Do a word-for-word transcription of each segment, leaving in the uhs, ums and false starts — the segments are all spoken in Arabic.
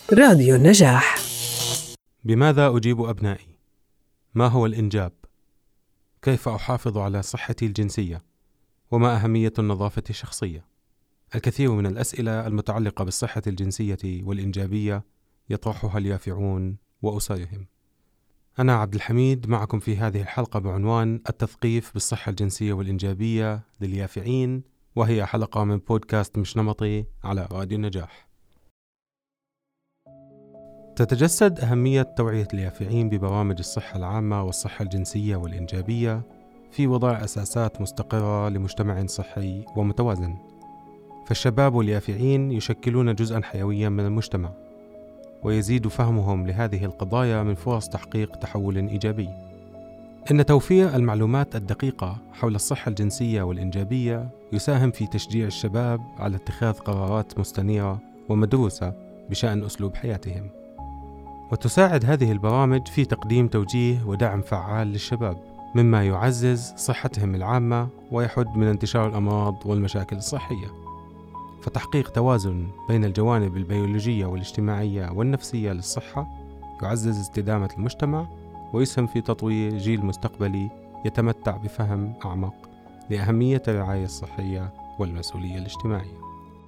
راديو النجاح. بماذا أجيب أبنائي؟ ما هو الإنجاب؟ كيف أحافظ على صحتي الجنسية؟ وما أهمية النظافة الشخصية؟ الكثير من الأسئلة المتعلقة بالصحة الجنسية والإنجابية يطرحها اليافعون وأسرهم. أنا عبد الحميد معكم في هذه الحلقة بعنوان التثقيف بالصحة الجنسية والإنجابية لليافعين، وهي حلقة من بودكاست مش نمطي على راديو النجاح. تتجسد أهمية توعية اليافعين ببرامج الصحة العامة والصحة الجنسية والإنجابية في وضع أساسات مستقرة لمجتمع صحي ومتوازن. فالشباب واليافعين يشكلون جزءاً حيوياً من المجتمع، ويزيد فهمهم لهذه القضايا من فرص تحقيق تحول إيجابي. إن توفير المعلومات الدقيقة حول الصحة الجنسية والإنجابية يساهم في تشجيع الشباب على اتخاذ قرارات مستنيرة ومدروسة بشأن أسلوب حياتهم. وتساعد هذه البرامج في تقديم توجيه ودعم فعال للشباب، مما يعزز صحتهم العامة ويحد من انتشار الأمراض والمشاكل الصحية. فتحقيق توازن بين الجوانب البيولوجية والاجتماعية والنفسية للصحة يعزز استدامة المجتمع ويسهم في تطوير جيل مستقبلي يتمتع بفهم أعمق لأهمية الرعاية الصحية والمسؤولية الاجتماعية.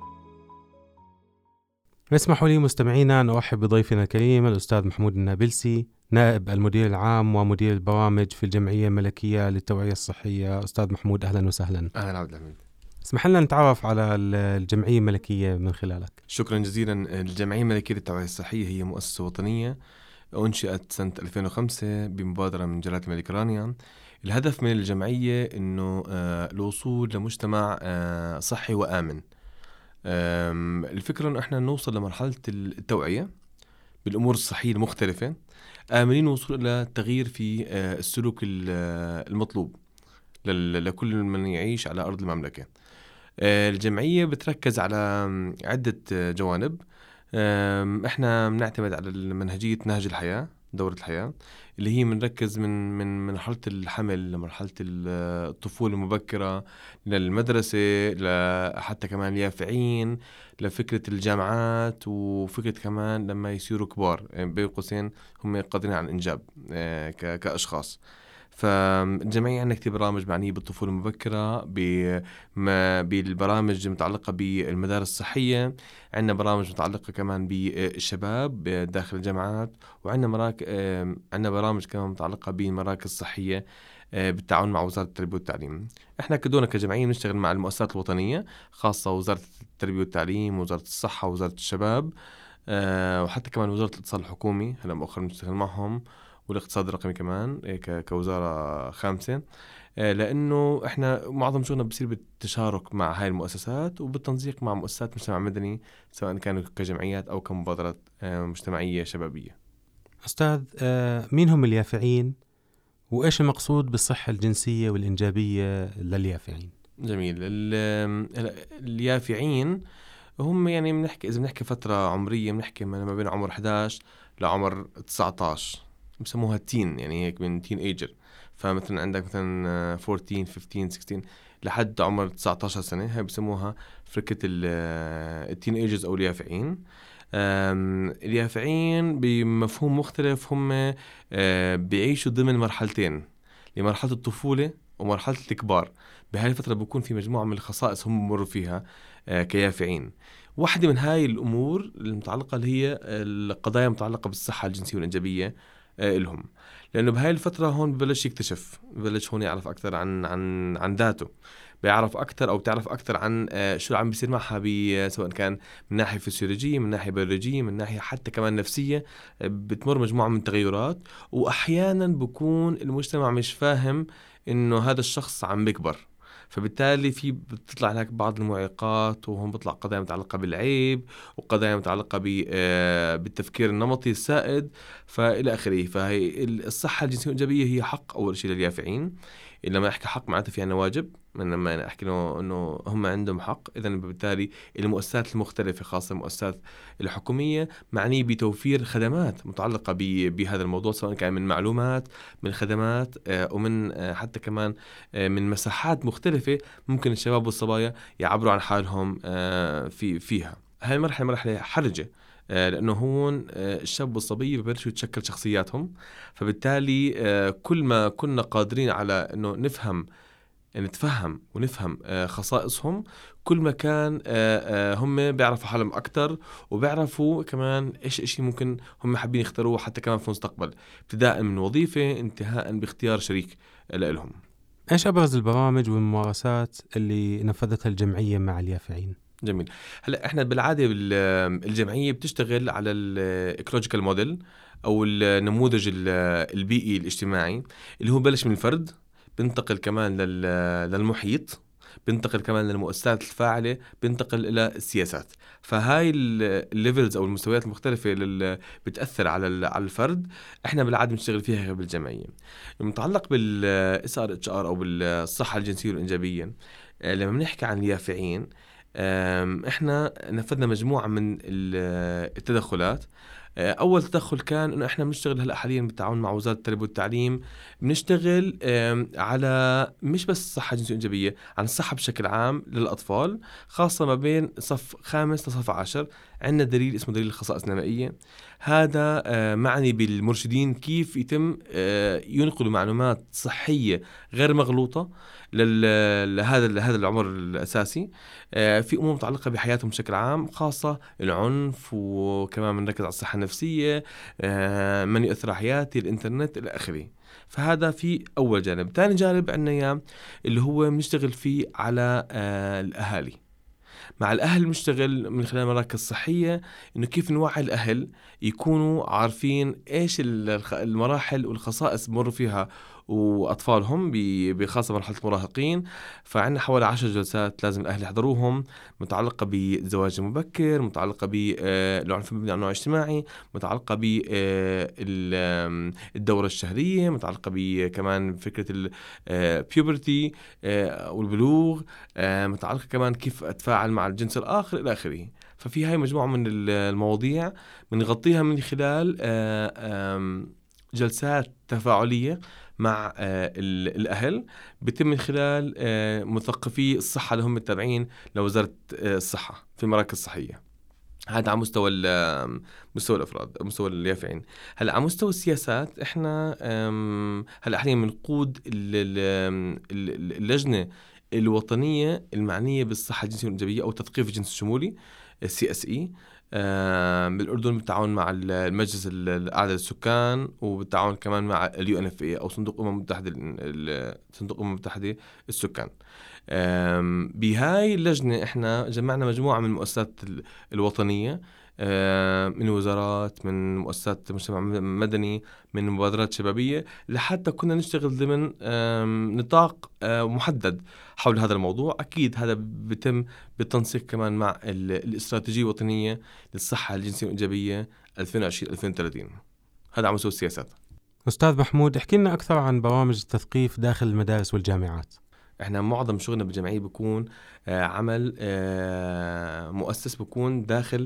اسمحوا لي مستمعينا أن أرحب بضيفنا الكريم الأستاذ محمود النابلسي، نائب المدير العام ومدير البرامج في الجمعية الملكية للتوعية الصحية. أستاذ محمود، أهلا وسهلا. أهلا عبد الحميد. اسمح لنا نتعرف على الجمعية الملكية من خلالك. شكرا جزيلا. الجمعية الملكية للتوعية الصحية هي مؤسسة وطنية أنشئت سنة ألفين وخمسة بمبادرة من جلالة الملك رانيا. الهدف من الجمعية إنه الوصول لمجتمع صحي وآمن. الفكرة إنه إحنا نوصل لمرحلة التوعية بالأمور الصحية المختلفة، آمنين وصول إلى تغيير في السلوك المطلوب لكل من يعيش على أرض المملكة. الجمعية بتركز على عدة جوانب. إحنا بنعتمد على منهجية نهج الحياة، دورة الحياة، اللي هي بنركز من من من مرحلة الحمل لمرحلة الطفولة المبكرة للمدرسة لحتى كمان اليافعين لفكرة الجامعات، وفكرة كمان لما يصيروا كبار بين قوسين هم قادرين على الإنجاب كأشخاص. فالجمعية عندنا كتير برامج معنية بالطفولة المبكرة، بالبرامج متعلقة بالمدارس الصحية، عندنا برامج متعلقة كمان بالشباب داخل الجامعات، وعندنا مراك... عندنا برامج كمان متعلقة بالمراكز الصحية بالتعاون مع وزارة التربية والتعليم. احنا كدونا كجمعية نشتغل مع المؤسسات الوطنية، خاصة وزارة التربية والتعليم، وزارة الصحة، ووزارة الشباب، وحتى كمان وزارة الاتصال الحكومي هلا مؤخرا نشتغل معهم، والاقتصاد الرقمي كمان كوزارة خامسة، لأنه إحنا معظم شغلنا بصير بالتشارك مع هاي المؤسسات وبالتنسيق مع مؤسسات مجتمع مدني، سواء كانوا كجمعيات أو كمبادرات مجتمعية شبابية. أستاذ، مين هم اليافعين وإيش المقصود بالصحة الجنسية والإنجابية لليافعين؟ جميل. اليافعين هم يعني بنحكي إذا بنحكي فترة عمرية بنحكي ما بين عمر إحدى عشر لعمر تسعة عشر، بسموها تين، يعني هيك من تين ايجر. فمثلا عندك مثلا أربعتاشر خمستاشر ستاشر لحد عمر تسعة عشر سنة، هاي بسموها فكرة التين ايجرز أو اليافعين. اليافعين بمفهوم مختلف هم بيعيشوا ضمن مرحلتين، لمرحلة الطفولة ومرحلة الكبار. بهاي الفترة بيكون في مجموعة من الخصائص هم مروا فيها كيافعين. واحدة من هاي الأمور المتعلقة اللي هي القضايا المتعلقة بالصحة الجنسية والإنجابية لهم، لأنه بهاي الفترة هون ببلش يكتشف، ببلش هون يعرف أكثر عن عن عن ذاته، بيعرف أكثر أو بتعرف أكثر عن شو عم بيصير معها، سواء كان من ناحية فسيولوجية، من ناحية بيولوجية، من ناحية حتى كمان نفسية. بتمر مجموعة من التغيرات، وأحيانا بكون المجتمع مش فاهم إنه هذا الشخص عم بيكبر، فبالتالي في بتطلع هناك بعض المعيقات، وهم بيطلع قضايا متعلقة بالعيب وقضايا متعلقة بالتفكير النمطي السائد فإلى آخره. فهي الصحة الجنسية والإنجابية هي حق أول شيء لليافعين. لما أحكي حق معناته في عنا واجب، لما أنا أحكي إنه إنه هم عندهم حق، إذن بالتالي المؤسسات المختلفة خاصة المؤسسات الحكومية معنية بتوفير خدمات متعلقة بهذا الموضوع، سواء كان من معلومات، من خدمات، ومن حتى كمان من مساحات مختلفة ممكن الشباب والصبايا يعبروا عن حالهم في فيها. هاي المرحلة مرحلة حرجة لأنه هون الشاب والصبية ببلشوا يتشكل شخصياتهم، فبالتالي كل ما كنا قادرين على أنه نفهم نتفهم ونفهم خصائصهم، كل ما كان هم بيعرفوا حالهم أكتر، وبيعرفوا كمان إيش إشي ممكن هم حابين يختاروه حتى كمان في المستقبل، ابتداء من وظيفة انتهاء باختيار شريك لهم. إيش أبرز البرامج والممارسات اللي نفذتها الجمعية مع اليافعين؟ جميل. هلا احنا بالعاده الجمعيه بتشتغل على الايكولوجيكال موديل او النموذج البيئي الاجتماعي، اللي هو بلش من الفرد، بنتقل كمان للمحيط، بنتقل كمان للمؤسسات الفاعله، بنتقل الى السياسات. فهاي الليفلز او المستويات المختلفه اللي بتاثر على على الفرد احنا بالعاده بنشتغل فيها بالجمعيه. المتعلق بالاس ار اتش ار او بالصحه الجنسيه والانجابيه، لما بنحكي عن اليافعين احنا نفذنا مجموعة من التدخلات. اول تدخل كان انه احنا بنشتغل هلا حاليا بالتعاون مع وزارة التربية والتعليم، بنشتغل على مش بس الصحة الجنسية والإنجابية، عن الصحة بشكل عام للأطفال، خاصة ما بين صف خامس لصف عشر. عندنا دليل اسمه دليل الخصائص النمائية، هذا معني بالمرشدين كيف يتم ينقلوا معلومات صحية غير مغلوطة لهذا لهذا العمر الأساسي في أمور متعلقة بحياتهم بشكل عام، خاصة العنف، وكمان بنركز على الصحة النفسية، من يؤثر على حياتي، الإنترنت إلى آخره. فهذا في أول جانب. ثاني جانب عندنا اللي هو بنشتغل فيه على الأهالي. مع الأهل بنشتغل من خلال مراكز صحية، إنه كيف نوعي الأهل يكونوا عارفين إيش المراحل والخصائص مروا فيها وأطفالهم بخاصة مرحلة المراهقين. فعندنا حوالي عشر جلسات لازم الأهل يحضروهم، متعلقة بالزواج المبكر، متعلقة بالعنف المبني على النوع الاجتماعي، متعلقة بالدورة الشهرية، متعلقة بكمان فكرة البيوبرتي والبلوغ، متعلقة كمان كيف أتفاعل مع الجنس الآخر إلى آخره. ففي هاي مجموعة من المواضيع بنغطيها من خلال جلسات تفاعلية مع الأهل، بتم من خلال مثقفي الصحة اللي هم التابعين لوزارة الصحة في المراكز الصحية. هذا على مستوى مستوى الأفراد، مستوى اليافعين. هلا على مستوى السياسات احنا هلا حاليا بنقود اللجنة الوطنية المعنية بالصحة الجنسية والإنجابية أو تثقيف الجنس الشمولي سي اس اي بالأردن، بالتعاون مع المجلس الأعلى للسكان، وبالتعاون كمان مع اليو ان اف اي أو صندوق الأمم المتحدة صندوق الأمم المتحدة السكان. بهاي اللجنة احنا جمعنا مجموعة من المؤسسات الوطنية، من وزارات، من مؤسسات مجتمع مدني، من مبادرات شبابية، لحتى كنا نشتغل ضمن نطاق محدد حول هذا الموضوع. أكيد هذا بيتم بالتنسيق كمان مع الاستراتيجية الوطنية للصحة الجنسية والإنجابية ألفين وعشرين ألفين وثلاثين. هذا على مستوى السياسات. أستاذ محمود، احكي لنا أكثر عن برامج التثقيف داخل المدارس والجامعات. احنا معظم شغلنا بالجمعية بيكون آه عمل آه مؤسس بيكون داخل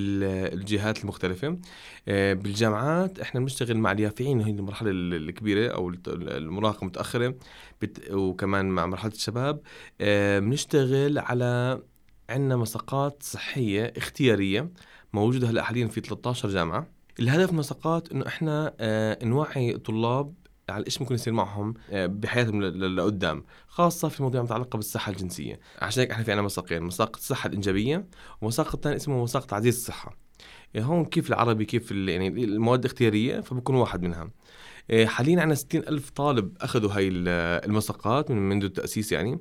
الجهات المختلفة. آه بالجامعات احنا بنشتغل مع اليافعين، وهي المرحلة الكبيرة او المراهقة المتأخرة، وكمان مع مرحلة الشباب. آه بنشتغل على عنا مساقات صحية اختيارية موجودة هلا حاليا في ثلاثة عشر جامعة. الهدف من المساقات انه احنا آه نوعي الطلاب على إيش ممكن يصير معهم بحياتهم لقدام، خاصة في المواضيع المتعلقة بالصحة الجنسية. عشان هيك إحنا في عنا مساقين، مساق الصحة الإنجابية ومساق الثاني اسمه مساق تعزيز الصحة. يعني هون كيف العربي كيف يعني المواد اختيارية، فبكون واحد منها. حاليا عنا ستين ألف طالب أخذوا هاي المساقات من منذ التأسيس يعني،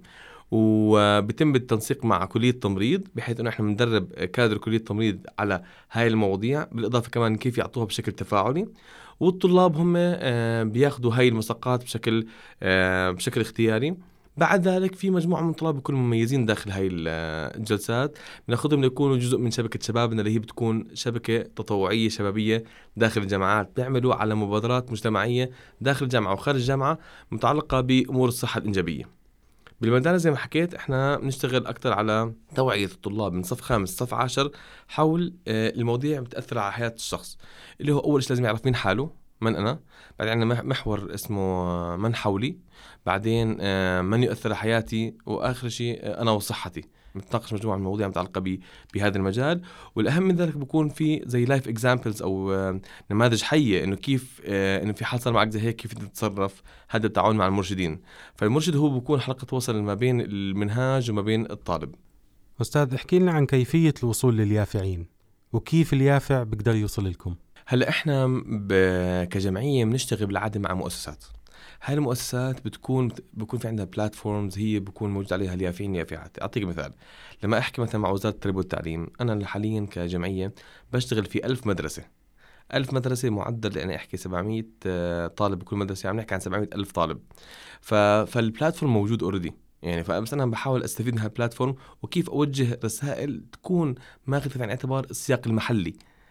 وبيتم بالتنسيق مع كلية التمريض، بحيث أنه إحنا بندرب كادر كلية التمريض على هاي المواضيع، بالإضافة كمان كيف يعطوها بشكل تفاعلي. والطلاب هم بياخدوا هاي المساقات بشكل بشكل اختياري. بعد ذلك في مجموعة من الطلاب بيكونوا مميزين داخل هاي الجلسات، بناخذهم ليكونوا جزء من شبكة شبابنا، اللي هي بتكون شبكة تطوعية شبابية داخل الجامعات، بيعملوا على مبادرات مجتمعية داخل الجامعة وخارج الجامعة متعلقة بأمور الصحة الإنجابية. بالمدارس زي ما حكيت احنا بنشتغل اكتر على توعية الطلاب من صف خامس صف عشر حول المواضيع بتأثر على حياة الشخص، اللي هو اول شيء لازم يعرف مين حاله، من انا. بعدين عندنا محور اسمه من حولي، بعدين من يؤثر على حياتي، واخر شيء انا وصحتي. بنتناقش مجموعة من المواضيع متعلقة ب- بهذا المجال. والأهم من ذلك بكون في زي لايف اكزامبلز أو آه، نماذج حية إنه كيف آه، إنه في حال صار معك زي هيك كيف تتصرف. هذا التعاون مع المرشدين. فالمرشد هو بيكون حلقة وصل ما بين المنهاج وما بين الطالب. أستاذ، احكي لنا عن كيفية الوصول لليافعين وكيف اليافع بيقدر يوصل لكم. هلا احنا ب- كجمعيه بنشتغل بالعاده مع مؤسسات. هاي المؤسسات بتكون بكون في عندها بلاتفورمز هي بكون موجود عليها اليافعين يافعات. اعطيك مثال، لما احكي مثلا مع وزاره التربيه والتعليم، انا حاليا كجمعيه بشتغل في ألف مدرسه. ألف مدرسة معدل يعني أحكي سبعمية آه، طالب بكل مدرسة، عم نحكي عن سبعمية ألف طالب. ف... فالبلاتفورم موجود اوريدي يعني. فبس أنا بحاول أستفيد من هالبلاتفورم وكيف أوجه رسائل تكون ماخذة في عين الاعتبار السياق المحلي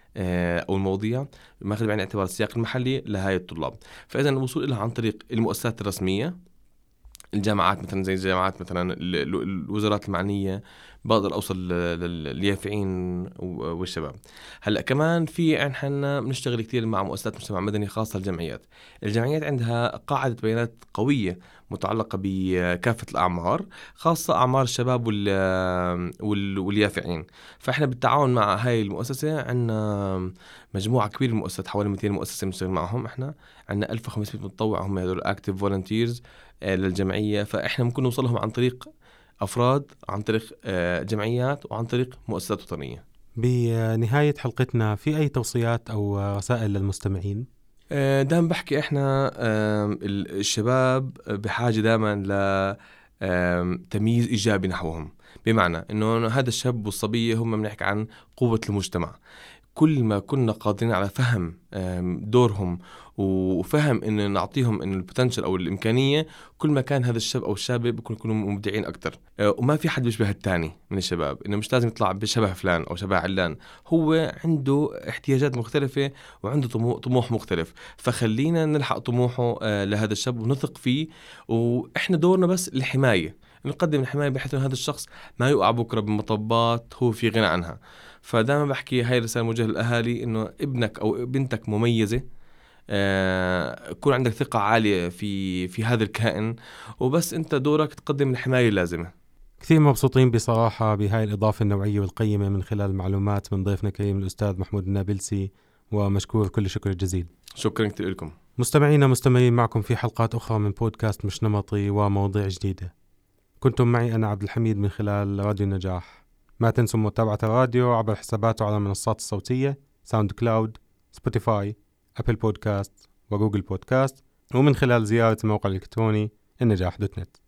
أو المواضيع ماخذ بعين الاعتبار السياق المحلي لهاي الطلاب. فإذا الوصول لها عن طريق المؤسسات الرسمية، الجامعات مثلا زي الجامعات مثلا ال- ال- الوزارات المعنية، بقدر أوصل لل- لليافعين والشباب. هلأ كمان في عن حنا بنشتغل كتير مع مؤسسات مجتمع مدني خاصة الجمعيات. الجمعيات عندها قاعدة بيانات قوية متعلقة بكافة الأعمار، خاصة أعمار الشباب وال- وال- واليافعين. فإحنا بالتعاون مع هاي المؤسسة عندنا مجموعة كبيرة من المؤسسات، حوالي مئتين مؤسسة بنشتغل معهم. إحنا عندنا ألف وخمسمية متطوع هم هذول active volunteers للجمعية. فإحنا ممكن نوصلهم عن طريق أفراد، عن طريق آه، جمعيات، وعن طريق مؤسسات وطنية. بنهاية حلقتنا في أي توصيات أو رسائل للمستمعين؟ آه، دائما بحكي إحنا آم، الشباب بحاجة دائما ل آم، تمييز إيجابي نحوهم. بمعنى إنه هذا الشاب والصبية هم بنحكي عن قوة المجتمع. كل ما كنا قادرين على فهم آم، دورهم وفهم إن نعطيهم إن البوتنشل أو الإمكانية، كل ما كان هذا الشاب أو الشابة بيكون يكونوا مبدعين أكتر. آه، وما في حد بيشبه التاني من الشباب، إنه مش لازم يطلع بشبه فلان أو شبه علان. هو عنده احتياجات مختلفة وعنده طمو- طموح مختلف. فخلينا نلحق طموحه آه، لهذا الشاب ونثق فيه. وإحنا دورنا بس الحماية، نقدم الحماية بحيث أن هذا الشخص ما يقع بكرة بمطبات هو في غنى عنها. فدائما بحكي هاي رسالة موجهة للأهالي، إنه ابنك أو بنتك مميزة، آه، يكون عندك ثقة عالية في في هذا الكائن، وبس أنت دورك تقدم الحماية اللازمة. كثير مبسوطين بصراحة بهاي الإضافة النوعية والقيمة من خلال المعلومات من ضيفنا الكريم الأستاذ محمود النابلسي، ومشكور كل شكر جزيل. شكرا كثير لكم مستمعينا، مستمرين معكم في حلقات أخرى من بودكاست مش نمطي ومواضيع جديدة. كنتم معي أنا عبد الحميد من خلال راديو النجاح. ما تنسوا متابعة الراديو عبر حساباته على المنصات الصوتية ساوند كلاود، سبوتيفاي، أبل بودكاست وجوجل بودكاست، ومن خلال زيارة الموقع الإلكتروني النجاح دوت نت.